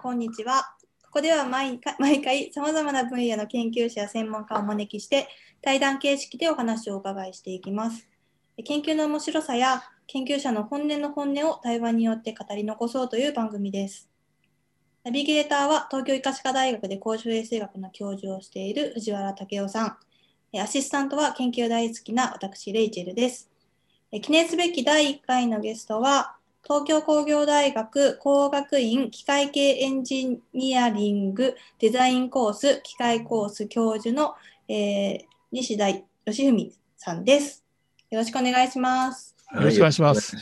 こんにちは。ここでは毎回さまざまな分野の研究者や専門家をお招きして対談形式でお話をお伺いしていきます。研究の面白さや研究者の本音を対話によって語り残そうという番組です。ナビゲーターは東京医科歯科大学で公衆衛生学の教授をしている藤原武雄さん。アシスタントは研究大好きな私、レイチェルです。記念すべき第1回のゲストは、東京工業大学工学院機械系エンジニアリングデザインコース機械コース教授の、西田義文さんです。よろしくお願いします。 よろしくお願いします。 い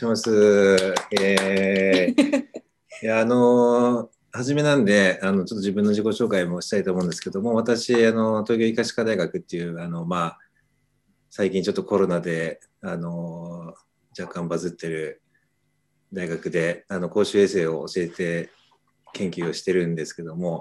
や、初めなんで、ちょっと自分の自己紹介もしたいと思うんですけども、私、東京医科歯科大学っていう、最近ちょっとコロナで、若干バズってる大学で、公衆衛生を教えて研究をしてるんですけども、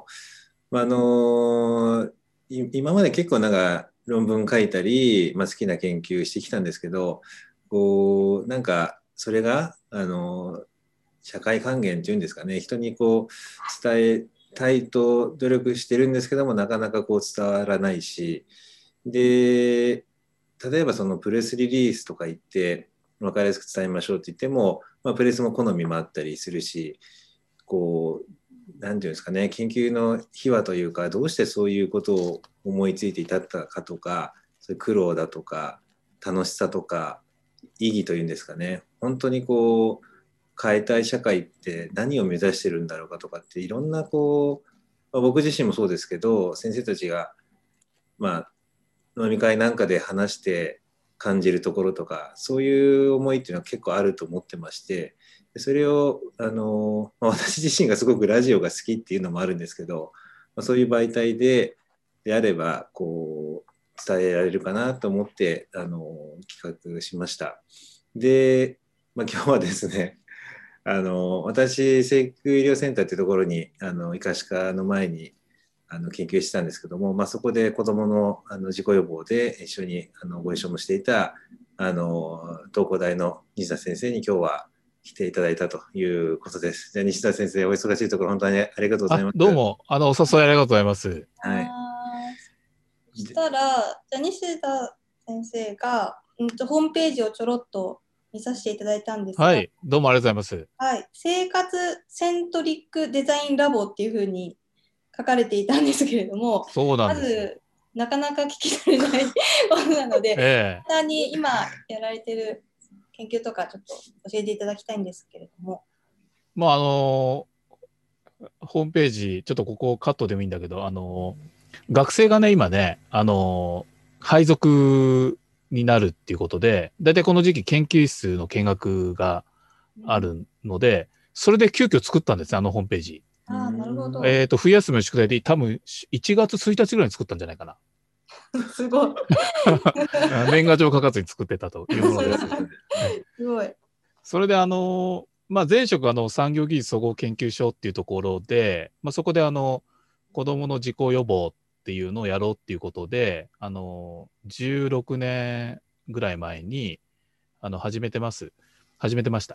今まで結構なんか論文書いたり、好きな研究してきたんですけど、なんかそれが社会還元っていうんですかね、人に伝えたいと努力してるんですけども、なかなか伝わらないし、で例えばそのプレスリリースとか言って分かりやすく伝えましょうって言っても、プレスも好みもあったりするし、なんていうんですかね、研究の秘話というか、どうしてそういうことを思いついて至ったかとか、そういう苦労だとか楽しさとか意義というんですかね、本当に変えたい社会って何を目指してるんだろうかとかって、いろんな僕自身もそうですけど、先生たちが飲み会なんかで話して感じるところとか、そういう思いっていうのは結構あると思ってまして、それを私自身がすごくラジオが好きっていうのもあるんですけど、そういう媒体であれば伝えられるかなと思って企画しました。で、今日はですね、私、生育医療センターっていうところに医科歯科の前に研究してたんですけども、そこで子どもの事故予防で一緒にご一緒もしていた東工大の西田先生に今日は来ていただいたということです。じゃあ西田先生、お忙しいところ本当にありがとうございます。 どうもお誘いありがとうございます。 はい。そしたら、じゃあ西田先生が、ホームページをちょろっと見させていただいたんですが、 はい、どうもありがとうございます。 はい、生活セントリックデザインラボっていうふうに書かれていたんですけれども、 そうなんです。 まずなかなか聞き取れないものなので、簡単に今やられてる研究とかちょっと教えていただきたいんですけれども。 ホームページちょっとここカットでもいいんだけど、学生がね今ね配属になるっていうことで、だいたいこの時期研究室の見学があるので、それで急遽作ったんですね、ホームページ。 なるほど。 冬休みの宿題で多分1月1日ぐらいに作ったんじゃないかな。 すごい。 年賀状書かずに作ってたというものです。 すごい。 それで前職産業技術総合研究所っていうところで、そこで子どもの事故予防っていうのをやろうっていうことで、16年ぐらい前に始めてました。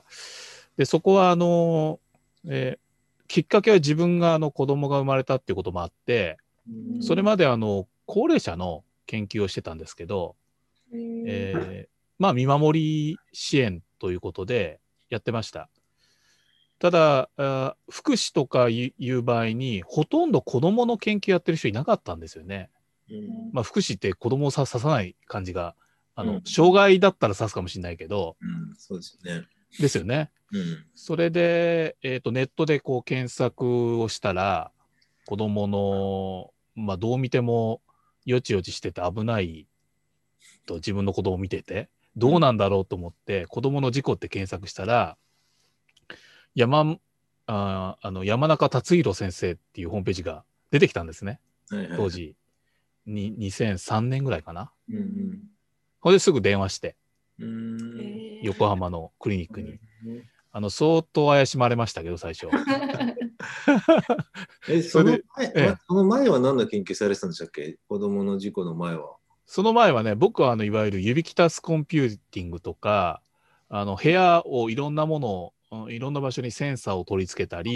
でそこはきっかけは自分が子供が生まれたっていうこともあって、それまで高齢者の研究をしてたんですけど、見守り支援ということでやってました。ただ福祉とかいう場合にほとんど子どもの研究やってる人いなかったんですよね。福祉って子どもを刺さない感じが障害だったら刺すかもしれないけど、 そうですよね。 ですよね。それで、ネットで検索をしたら子どもの、どう見てもよちよちしてて危ないと自分の子供を見ててどうなんだろうと思って、子どもの事故って検索したら山中達弘先生っていうホームページが出てきたんですね。当時に2003年ぐらいかな。それですぐ電話して横浜のクリニックに相当怪しまれましたけど最初。 その前は何の研究されてたんでしたっけ？子供の事故の前は。 その前はね、僕はいわゆるユビキタスコンピューティングとか部屋をいろんなものをいろんな場所にセンサーを取り付けたり、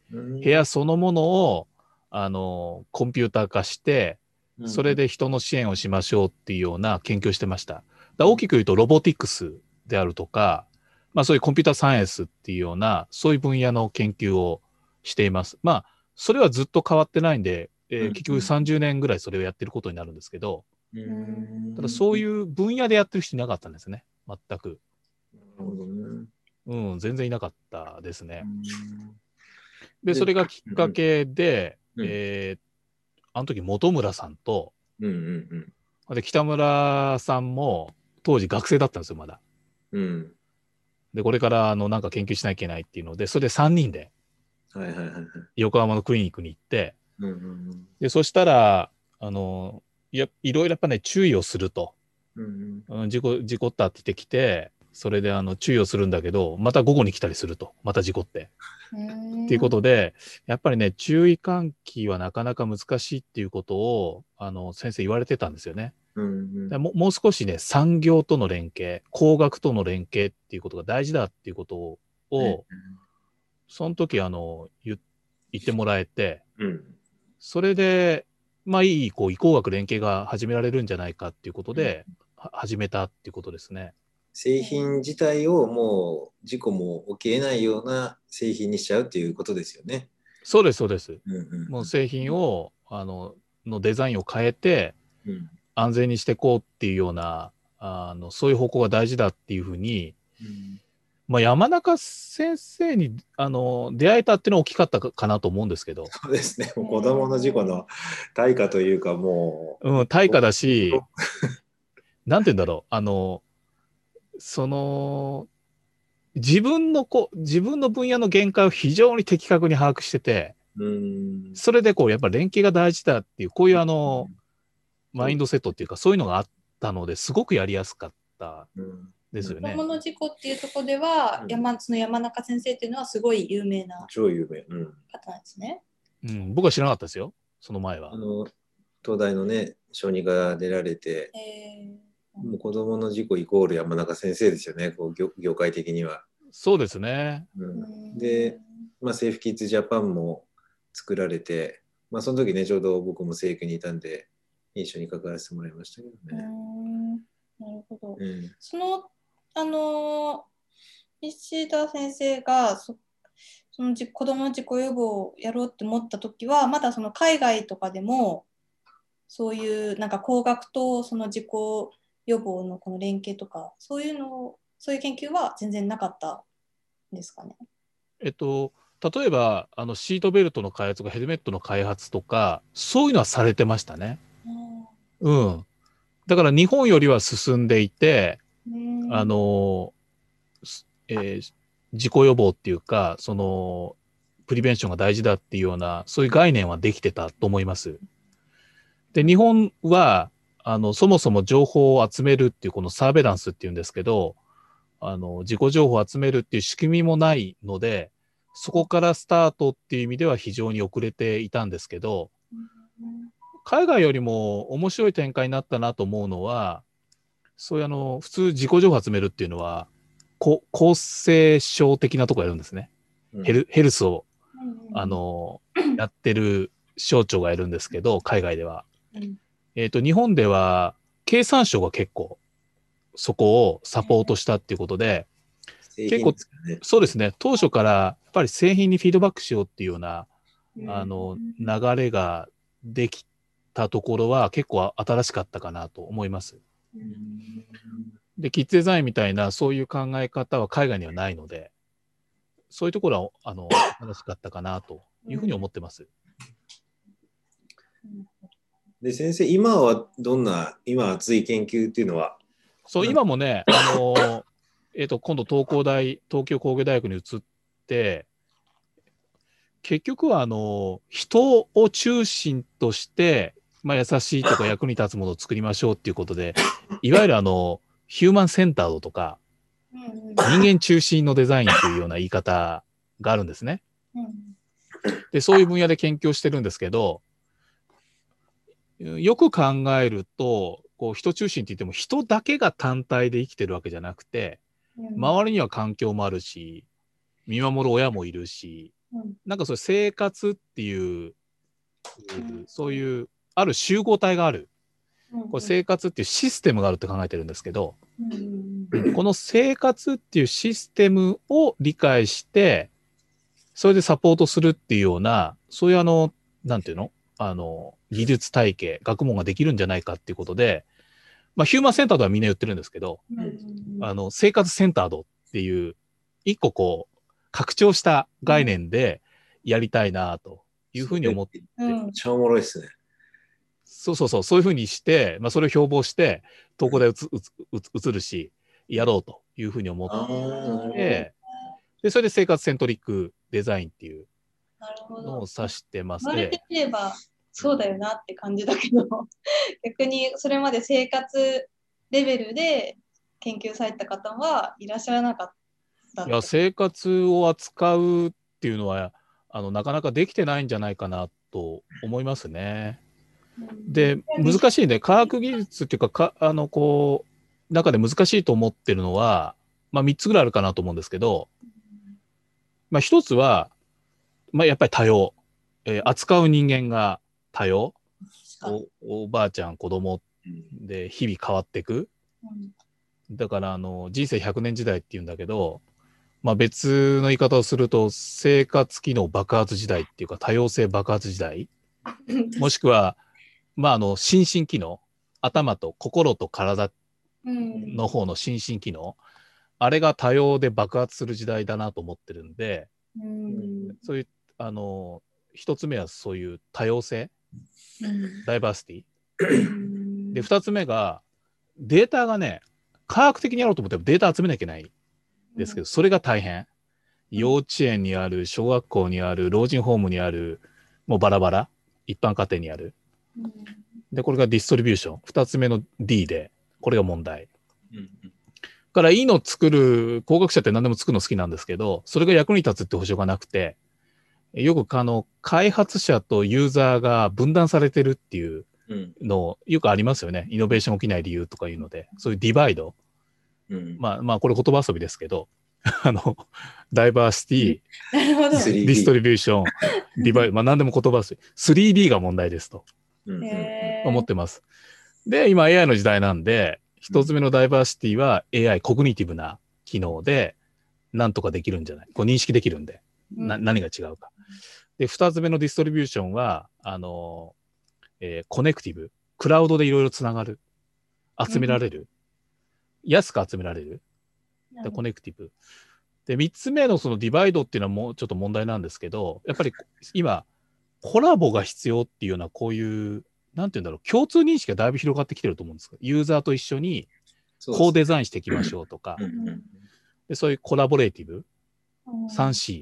部部屋そのものをコンピューター化して、それで人の支援をしましょうっていうような研究をしてました。だから大きく言うとロボティクスであるとか、まあそういうコンピューターサイエンスっていうような、そういう分野の研究をしています。まあ、それはずっと変わってないんで、結局30年ぐらいそれをやってることになるんですけど、ただそういう分野でやってる人いなかったんですね、全く。 なるほどね。 うん、全然いなかったですね。で、 でそれがきっかけで、 うんあの時本村さんと、 うんうんで北村さんも当時学生だったんですよ、まだ。 うんで、これからなんか研究しなきゃいけないっていうので、それで3人ではいはいはいはい。 横浜のクリニックに行って、 うんで、そしたら、いろいろやっぱね、注意をすると。事故ったって言ってきて、それで注意をするんだけど、また午後に来たりすると。また事故って。っていうことで、やっぱりね、注意喚起はなかなか難しいっていうことを、先生言われてたんですよね。でもう少しね、産業との連携、工学との連携っていうことが大事だっていうことを、その時言ってもらえて、それで、まあいい、移行学連携が始められるんじゃないかっていうことで、始めたっていうことですね。 製品自体をもう事故も起きえないような製品にしちゃうっていうことですよね。 そうです、そうです。もう製品を、のデザインを変えて、安全にしていこうっていうような、そういう方向が大事だっていうふうに、まあ、山中先生に出会えたっていうのは大きかったかなと思うんですけど。 そうですね。もう子供の事故の対価というかもう、対価だし、なんて言うんだろう。自分の分野の限界を非常に的確に把握してて、それでやっぱ連携が大事だっていう、こういうマインドセットっていうか、そういうのがあったのですごくやりやすかったですよね。 子供の事故っていうところでは、その山中先生っていうのはすごい有名な超有名、 方なんですね。 僕は知らなかったですよ、その前は。 東大のね、小児が出られて、もう子供の事故イコール山中先生ですよね、業界的には。 そうですね。 で、セーフキッズジャパンも作られて、その時ね、ちょうど僕も生育にいたんで、一緒に関わらせてもらいましたけどね。 なるほど。その、石田先生がその子供の事故予防をやろうって思った時は、まだその海外とかでも、そういうなんか工学とその事故予防のこの連携とか、そういう研究は全然なかったんですかね。 例えばシートベルトの開発とかヘルメットの開発とか、そういうのはされてましたね。だから日本よりは進んでいて、事故予防っていうか、プリベンションが大事だっていうような、そういう概念はできてたと思います。で、日本は、そもそも情報を集めるっていう、このサーベランスっていうんですけど、自己情報を集めるっていう仕組みもないので、そこからスタートっていう意味では非常に遅れていたんですけど、海外よりも面白い展開になったなと思うのは、そういう普通自己情報を集めるっていうのは、厚生省的なところやるんですね。ヘルスを、やってる省庁がいるんですけど、海外では。日本では経産省が結構そこをサポートしたっていうことで、結構、そうですね、当初からやっぱり製品にフィードバックしようっていうような、流れができたところは結構新しかったかなと思います。で、キッズデザインみたいなそういう考え方は海外にはないので、そういうところは新しかったかなというふうに思ってます。 で、先生、今は今熱い研究っていうのは？ そう、今もね、今度東京工業大学に移って、結局は人を中心として、優しいとか役に立つものを作りましょうっていうことで、いわゆるヒューマンセンタードとか、人間中心のデザインというような言い方があるんですね。で、そういう分野で研究をしてるんですけど、よく考えると、人中心って言っても人だけが単体で生きてるわけじゃなくて、周りには環境もあるし、見守る親もいるし、 なんかそういう生活っていう、そういうある集合体がある。これ生活っていうシステムがあるって考えてるんですけど、この生活っていうシステムを理解して、それでサポートするっていうような、そういうなんていうの技術体系、学問ができるんじゃないかっていうことで、まあ、ヒューマンセンタードはみんな言ってるんですけど、生活センタードっていう、一個こう、拡張した概念でやりたいなというふうに思って、 めっちゃおもろいですね。 そういうふうにして、まあ、それを標榜して、投稿で映るし、やろうというふうに思って、で、それで生活セントリックデザインっていうのを指してます言われてみれば、そうだよなって感じだけど、逆にそれまで生活レベルで研究された方はいらっしゃらなかったいや、生活を扱うっていうのは、なかなかできてないんじゃないかなと思いますね。で、難しいね。科学技術っていうか、こう、中で難しいと思ってるのは、まあ、3つぐらいあるかなと思うんですけど、まあ、1つは、まあ、やっぱり多様。扱う人間が多様。おばあちゃん、子供で日々変わっていく。だから、人生100年時代っていうんだけど、まあ、別の言い方をすると、生活機能爆発時代っていうか、多様性爆発時代。もしくは、まあ、心身機能。頭と心と体の方の心身機能。あれが多様で爆発する時代だなと思ってるんで、そういう、一つ目はそういう多様性。ダイバーシティ。で、二つ目が、データがね、科学的にやろうと思ってもデータ集めなきゃいけないんですけど、それが大変。幼稚園にある、小学校にある、老人ホームにある、もうバラバラ、一般家庭にある。で、これがディストリビューション。二つ目の D で、これが問題。からいいの作る、工学者って何でも作るの好きなんですけど、それが役に立つって保証がなくて、よく開発者とユーザーが分断されてるっていうの、よくありますよね。イノベーション起きない理由とかいうので、そういうディバイド。まあ、これ言葉遊びですけど、ダイバーシティ、ディストリビューション、ディバイド、まあ何でも言葉遊び。3D が問題ですと思ってます。で、今 AI の時代なんで、一つ目のダイバーシティは AI、コグニティブな機能で、なんとかできるんじゃない。こう認識できるんで、何が違うか。で、二つ目のディストリビューションは、コネクティブ。クラウドでいろいろつながる。集められる。安く集められる。でコネクティブ。で、三つ目のそのディバイドっていうのはもうちょっと問題なんですけど、やっぱり今、コラボが必要っていうような、こういう、なんていうんだろう、共通認識がだいぶ広がってきてると思うんです。ユーザーと一緒に、こうデザインしていきましょうとか、でそういうコラボレーティブ、3C。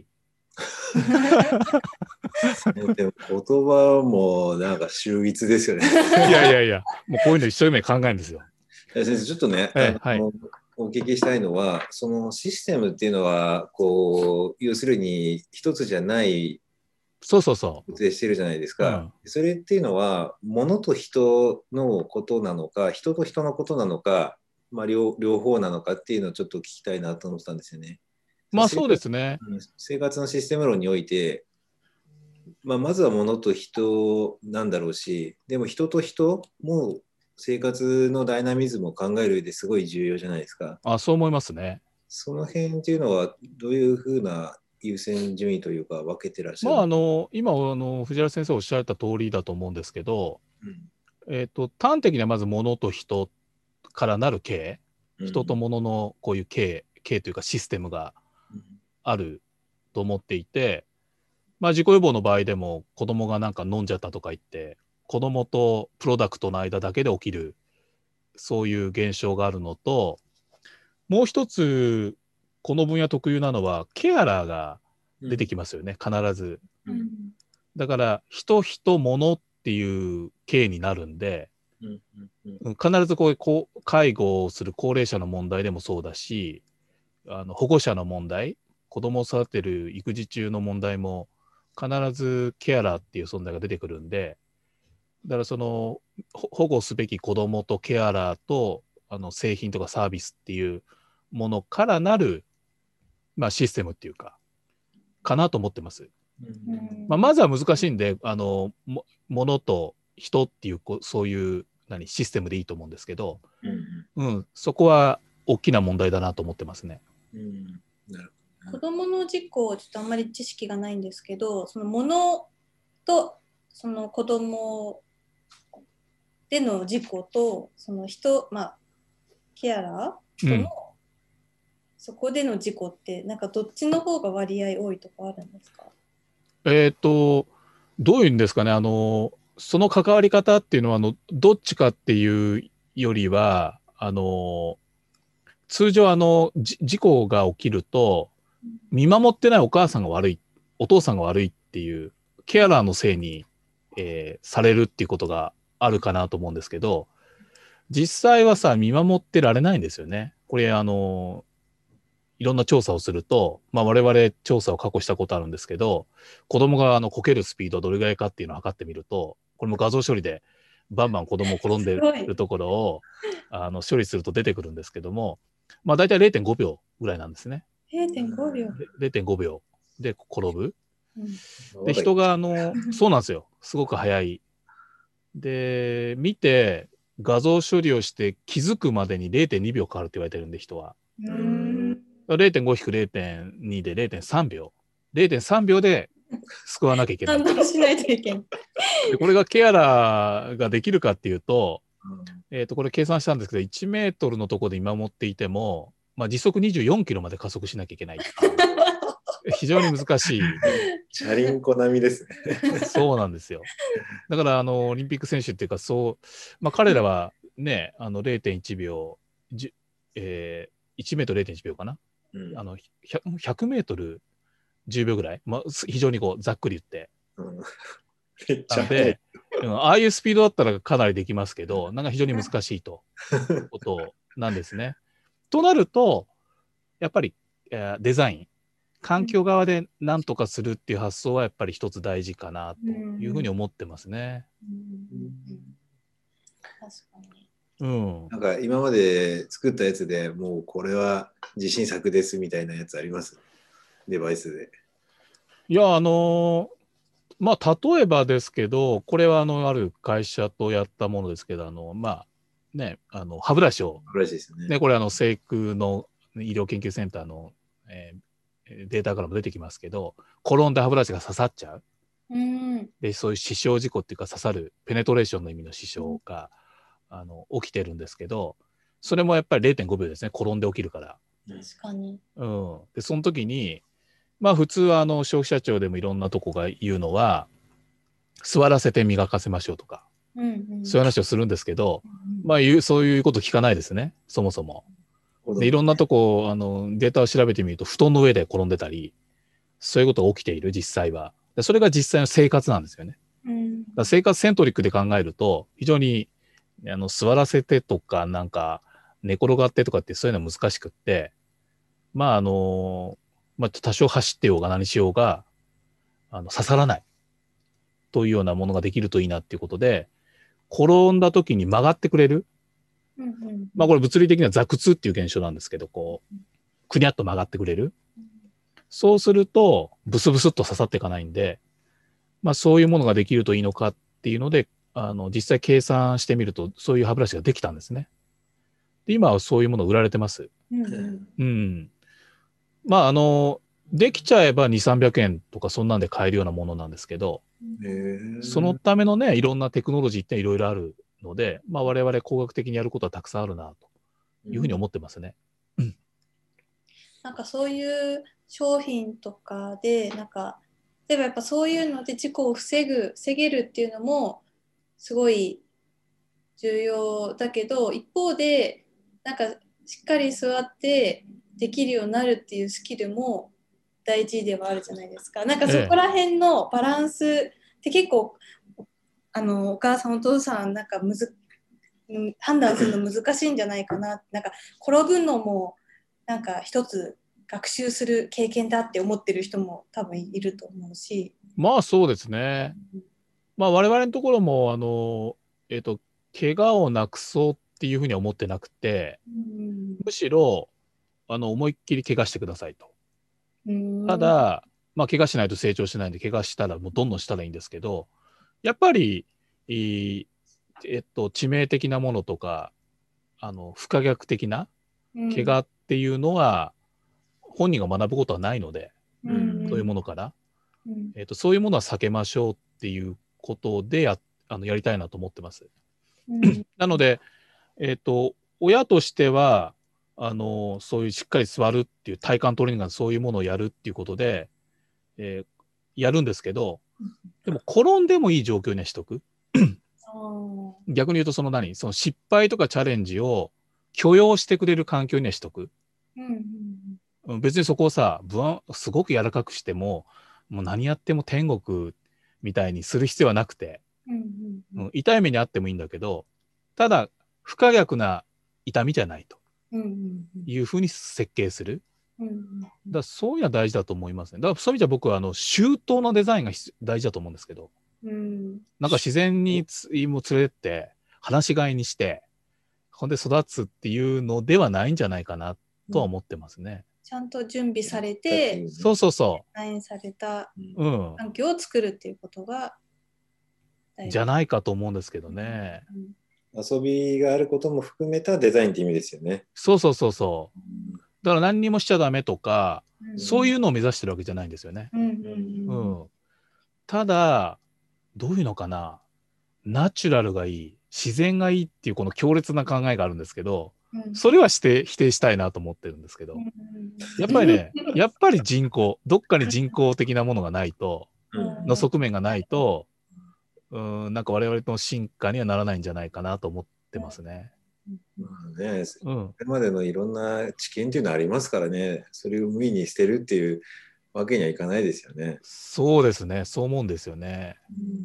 でも言葉もなんか秀逸ですよね。 いや、もうこういうの一生懸命考えるんですよ。 先生、ちょっとね、お聞きしたいのは、そのシステムっていうのは、こう、要するに一つじゃないそう。 固定してるじゃないですか。それっていうのは、物と人のことなのか、人と人のことなのか、まあ両方なのかっていうのをちょっと聞きたいなと思ってたんですよね。 まあそうですね。 生活のシステム論において、まあ、まずは物と人なんだろうし、でも人と人も生活のダイナミズムを考える上ですごい重要じゃないですか。 そう思いますね。 その辺っていうのはどういうふうな優先順位というか分けてらっしゃる？ まあ今藤原先生おっしゃられた通りだと思うんですけど、端的にはまず物と人からなる系、人と物のこういう系というかシステムがあると思っていて、まあ自己予防の場合でも子供がなんか飲んじゃったとか言って、子供とプロダクトの間だけで起きるそういう現象があるのと、もう一つこの分野特有なのはケアラーが出てきますよね、必ず。だから人物っていう系になるんで、必ずこう介護をする高齢者の問題でもそうだし、保護者の問題、子供を育てる育児中の問題も必ずケアラーっていう存在が出てくるんで、だからその保護すべき子供とケアラーと製品とかサービスっていうものからなる、まあ、システムっていうかかなと思ってます。 まずは難しいんで、物と人っていうそういうシステムでいいと思うんですけど、そこは大きな問題だなと思ってますね。 なるほ子どもの事故、ちょっとあんまり知識がないんですけど、その物とその子どもでの事故と、その人、ケアラーとの、そこでの事故って、なんかどっちの方が割合多いとかあるんですか？ どういうんですかね、その関わり方っていうのは、どっちかっていうよりは、通常事故が起きると、見守ってないお母さんが悪い、お父さんが悪いっていう、ケアラーのせいに、されるっていうことがあるかなと思うんですけど、実際はさ、見守ってられないんですよね。これ、いろんな調査をすると、我々調査を過去したことあるんですけど、子供がこけるスピードどれぐらいかっていうのを測ってみると、これも画像処理でバンバン子供転んでるところを処理すると出てくるんですけども、大体 0.5 秒ぐらいなんですね。 0.5 秒。 0.5 秒で転ぶ。で、人がそうなんですよ。すごく早い。で、見て、画像処理をして気づくまでに 0.2 秒かかるって言われてるんで、人は。0.5-0.2 で 0.3 秒。0.3 秒で救わなきゃいけない。 判断しないといけない。 で、これがケアラーができるかっていうと、これ計算したんですけど、1メートルのところで見守っていても、時速24キロまで加速しなきゃいけないっていう。非常に難しい。 チャリンコ並みですね。 そうなんですよ。だから、オリンピック選手っていうか、彼らはね、0.1秒、1メートル 0.1 秒かな。100メートル10秒ぐらい、非常にざっくり言って。なので、ああいうスピードだったらかなりできますけど、なんか非常に難しいということなんですね。となると、やっぱり、デザイン、環境側で何とかするっていう発想はやっぱり一つ大事かなというふうに思ってますね。 確かに。 なんか今まで作ったやつでもうこれは自信作ですみたいなやつあります？デバイスで。 いや、例えばですけど、これはある会社とやったものですけど、歯ブラシを、これ生育の医療研究センターの、データからも出てきますけど、転んで歯ブラシが刺さっちゃう。で、そういう死傷事故っていうか刺さる、ペネトレーションの意味の死傷が、起きてるんですけど、それもやっぱり 0.5 秒ですね、転んで起きるから。 確かに。 で、その時に、普通は消費者庁でもいろんなとこが言うのは、座らせて磨かせましょうとか、そういう話をするんですけど、そういうこと聞かないですね、そもそも。で、いろんなとこ、データを調べてみると、布団の上で転んでたり、そういうことが起きている、実際は。それが実際の生活なんですよね。生活セントリックで考えると、非常に座らせてとか、なんか寝転がってとかってそういうのは難しくって、多少走ってようが何しようが、刺さらないというようなものができるといいなっていうことで、転んだ時に曲がってくれる。これ物理的には座屈っていう現象なんですけど、くにゃっと曲がってくれる。そうすると、ブスブスっと刺さっていかないんで、そういうものができるといいのかっていうので、実際計算してみると、そういう歯ブラシができたんですね。で、今はそういうもの売られてます。できちゃえば2、300円とかそんなんで買えるようなものなんですけど、そのためのね、いろんなテクノロジーっていろいろあるので、我々工学的にやることはたくさんあるな、というふうに思ってますね。 なんかそういう商品とかで、なんか、例えばやっぱそういうので事故を防げるっていうのもすごい重要だけど、一方で、なんかしっかり座ってできるようになるっていうスキルも大事ではあるじゃないですか。なんかそこら辺のバランスって結構、お母さんお父さんなんか判断するの難しいんじゃないかな。なんか転ぶのもなんか一つ学習する経験だって思ってる人も多分いると思うし。 そうですね。我々のところも怪我をなくそうっていうふうには思ってなくて、むしろ思いっきり怪我してくださいと。ただ、 まあ怪我しないと成長しないんで、怪我したらもうどんどんしたらいいんですけど、やっぱり、致命的なものとか、不可逆的な怪我っていうのは、本人が学ぶことはないので、そういうものから、そういうものは避けましょうっていうことでやりたいなと思ってます。なので、親としては、そういうしっかり座るっていう体幹トレーニングがそういうものをやるっていうことで、やるんですけど、でも転んでもいい状況にはしとく。逆に言うと、その失敗とかチャレンジを許容してくれる環境にはしとく。別にそこをさ、すごく柔らかくしても、もう何やっても天国みたいにする必要はなくて、痛い目にあってもいいんだけど、ただ不可逆な痛みじゃないというふうに設計する。だそういうのは大事だと思いますね。だからそういう意味じゃ僕は周到なデザインが大事だと思うんですけど、なんか自然にも連れてって放し飼いにしてほんで育つっていうのではないんじゃないかなとは思ってますね。 ちゃんと準備されて、 そうそうそう。 デザインされた環境を作るっていうことが大事じゃないかと思うんですけどね。 遊びがあることも含めたデザインって意味ですよね。 そうそうそうそう。だから何にもしちゃダメとか、そういうのを目指してるわけじゃないんですよね。ただ、どういうのかな。ナチュラルがいい、自然がいいっていうこの強烈な考えがあるんですけど、それは否定したいなと思ってるんですけど、やっぱりね、どっかに人工的なものがないと、の側面がないと、なんか我々の進化にはならないんじゃないかなと思ってますね。 これまでのいろんな知見っていうのはありますからね、それを無意に捨てるっていうわけにはいかないですよね。 そうですね、そう思うんですよね。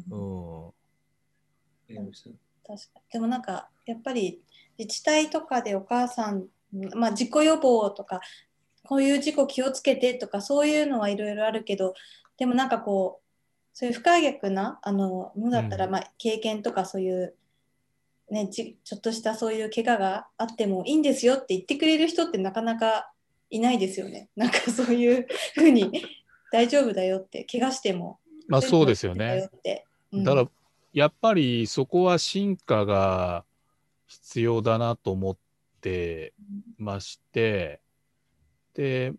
確かに。でもなんかやっぱり自治体とかでお母さん、事故予防とかこういう事故気をつけてとかそういうのはいろいろあるけど、でもなんかこうそういう不可逆なものだったら、経験とかそういうね、ちょっとしたそういう怪我があってもいいんですよって言ってくれる人ってなかなかいないですよね。なんかそういうふうに大丈夫だよって、怪我してもそうですよね。だからやっぱりそこは進化が必要だなと思ってまして、で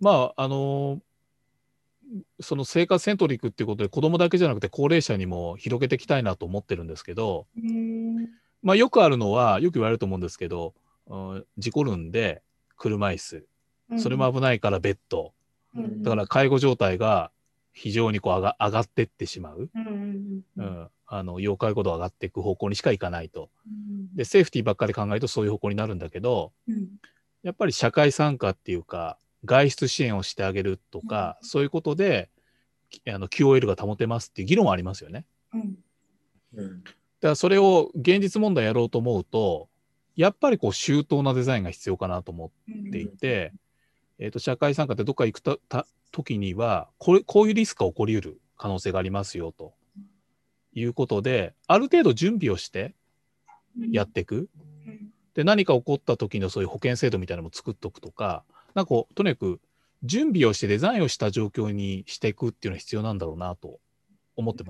その生活セントリックっていうことで子供だけじゃなくて高齢者にも広げていきたいなと思ってるんですけど、よくあるのはよく言われると思うんですけど、事故るんで車椅子、それも危ないからベッド、だから介護状態が非常に上がっていってしまう、要介護度上がっていく方向にしかいかないと。でセーフティーばっかり考えるとそういう方向になるんだけど、やっぱり社会参加っていうか外出支援をしてあげるとか、そういうことでQOL が保てますっていう議論はありますよね。だからそれを現実問題やろうと思うとやっぱり周到なデザインが必要かなと思っていて、社会参加ってどっか行く時にはこういうリスクが起こりうる可能性がありますよということで、ある程度準備をしてやっていく。で何か起こった時のそういう保険制度みたいなのも作っておくとか、なんかとにかく準備をしてデザインをした状況にしていくっていうのは必要なんだろうなと思ってます。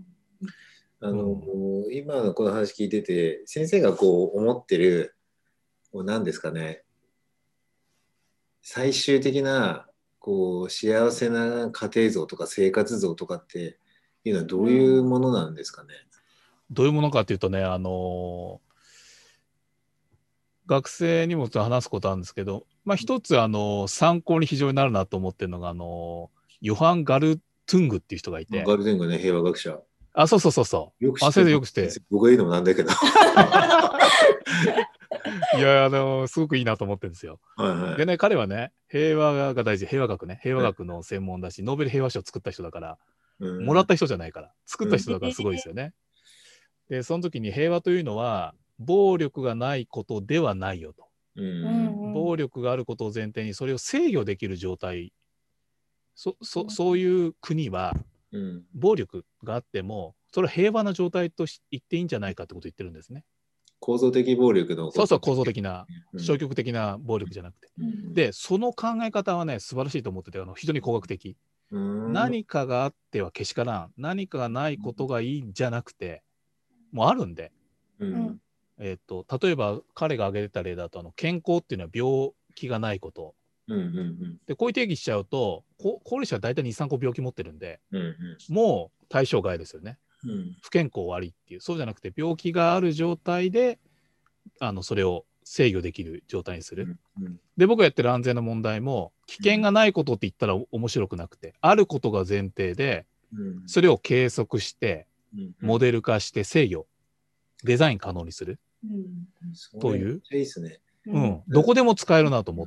今のこの話聞いてて、先生が思ってる何ですかね、最終的な幸せな家庭像とか生活像とかっていうのはどういうものなんですかね。 どういうものかっていうとね、学生にも話すことあるんですけど、一つ参考に非常になるなと思ってるのがヨハン・ガルトゥングっていう人がいて。 ガルトゥングね、平和学者。 そうそうそうそう。 よく知ってる。 よくして。 僕が言うのもなんだけど。 いやすごくいいなと思ってるんですよ。でね、彼はね、平和が大事、平和学ね、平和学の専門だし、ノーベル平和賞を作った人だから、もらった人じゃないから、作った人だからすごいですよね。で、その時に平和というのは、暴力がないことではないよと。暴力があることを前提に、それを制御できる状態、そういう国は、暴力があっても、それは平和な状態と言っていいんじゃないかってことを言ってるんですね。 構造的暴力のそうそう、構造的な、消極的な暴力じゃなくて。で、その考え方はね、素晴らしいと思ってて、非常に工学的。 何かがあってはけしからん、何かがないことがいいんじゃなくて、もうあるんで、例えば彼が挙げてた例だと健康っていうのは病気がないこと、でこういう定義しちゃうと高齢者は大体2、3個病気持ってるんで、もう対象外ですよね。不健康悪いっていう、そうじゃなくて病気がある状態でそれを制御できる状態にする。で僕がやってる安全の問題も危険がないことって言ったら面白くなくて、あることが前提でそれを計測してモデル化して制御デザイン可能にするという、どこでも使えるなと思って、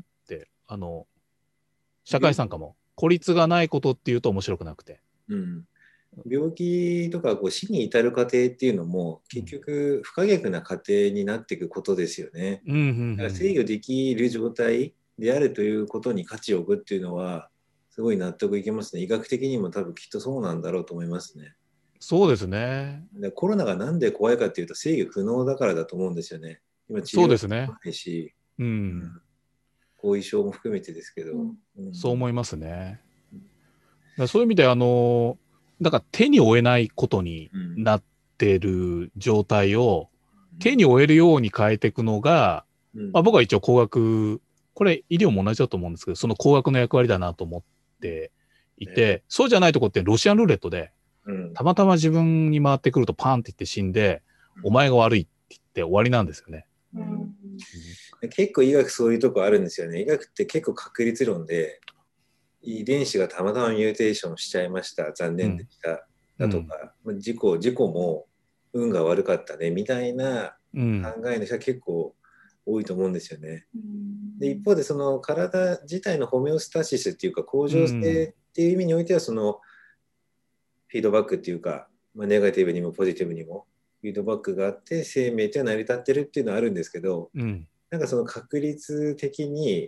社会参加も孤立がないことっていうと面白くなくて、 病気とか死に至る過程っていうのも結局不可逆な過程になっていくことですよね。だから制御できる状態であるということに価値を置くっていうのはすごい納得いきますね。医学的にも多分きっとそうなんだろうと思いますね。 そうですね。 コロナがなんで怖いかっていうと制御不能だからだと思うんですよね。今治療もないし、後遺症も含めてですけど、 そう思いますね。そういう意味でだから手に負えないことになってる状態を手に負えるように変えていくのが、僕は一応工学、これ医療も同じだと思うんですけど、その工学の役割だなと思っていて、そうじゃないとこってロシアンルーレットで、たまたま自分に回ってくるとパンって言って死んで、お前が悪いって言って終わりなんですよね。 結構医学そういうとこあるんですよね。医学って結構確率論で、遺伝子がたまたまミューテーションしちゃいました、残念でした、だとか、事故も運が悪かったねみたいな考えの人は結構多いと思うんですよね。で一方でその体自体のホメオスタシスっていうか向上性っていう意味においてはそのフィードバックっていうか、ネガティブにもポジティブにもフィードバックがあって生命っていうのは成り立ってるっていうのはあるんですけど、なんかその確率的に、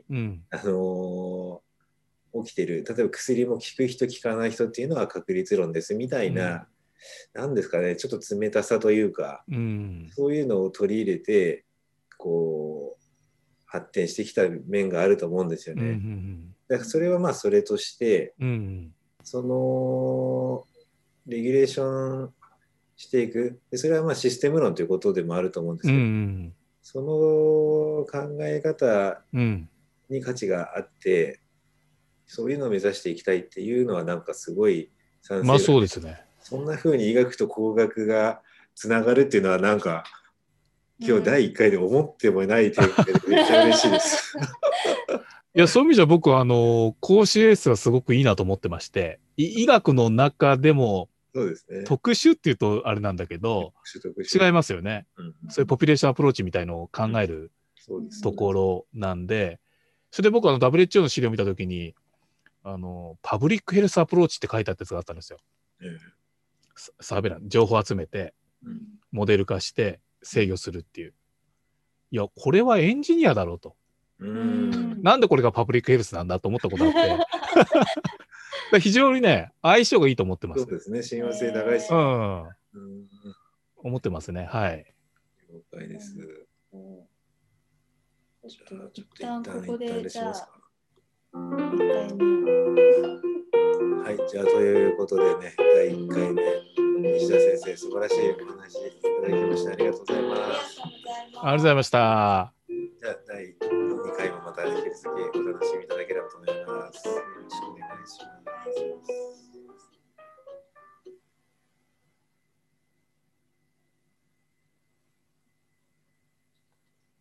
起きてる、例えば薬も効く人効かない人っていうのは確率論ですみたいな、なんですかね、ちょっと冷たさというか、そういうのを取り入れてこう発展してきた面があると思うんですよね。だからそれはまあそれとして、そのレギュレーションしていく、でそれはまあシステム論ということでもあると思うんですけど、その考え方に価値があって、そういうのを目指していきたいっていうのはなんかすごい賛成が、 そうですね。 そんな風に医学と工学がつながるっていうのはなんか今日第1回で思ってもないというかめっちゃ嬉しいです。 いやそういう意味じゃ僕は講師エースはすごくいいなと思ってまして、医学の中でもそうですね、 特殊っていうとあれなんだけど違いますよね。そういうポピュレーションアプローチみたいのを考えるところなんで、それで僕はWHO の資料を見たときにパブリックヘルスアプローチって書いてあったやつがあったんですよ。サーベラン情報集めてモデル化して制御するっていう。いやこれはエンジニアだろうと。なんでこれがパブリックヘルスなんだと思ったことあって非常にね相性がいいと思ってます。 そうですね、親和性長いし、 思ってますね。はい。 了解です。 一旦ここでじゃあはい、じゃあということでね、第1回目、西田先生、素晴らしいお話いただきましてありがとうございます。 ありがとうございました。 じゃあ第2回もまた引き続きお楽しみいただければと思います。よろしくお願いします。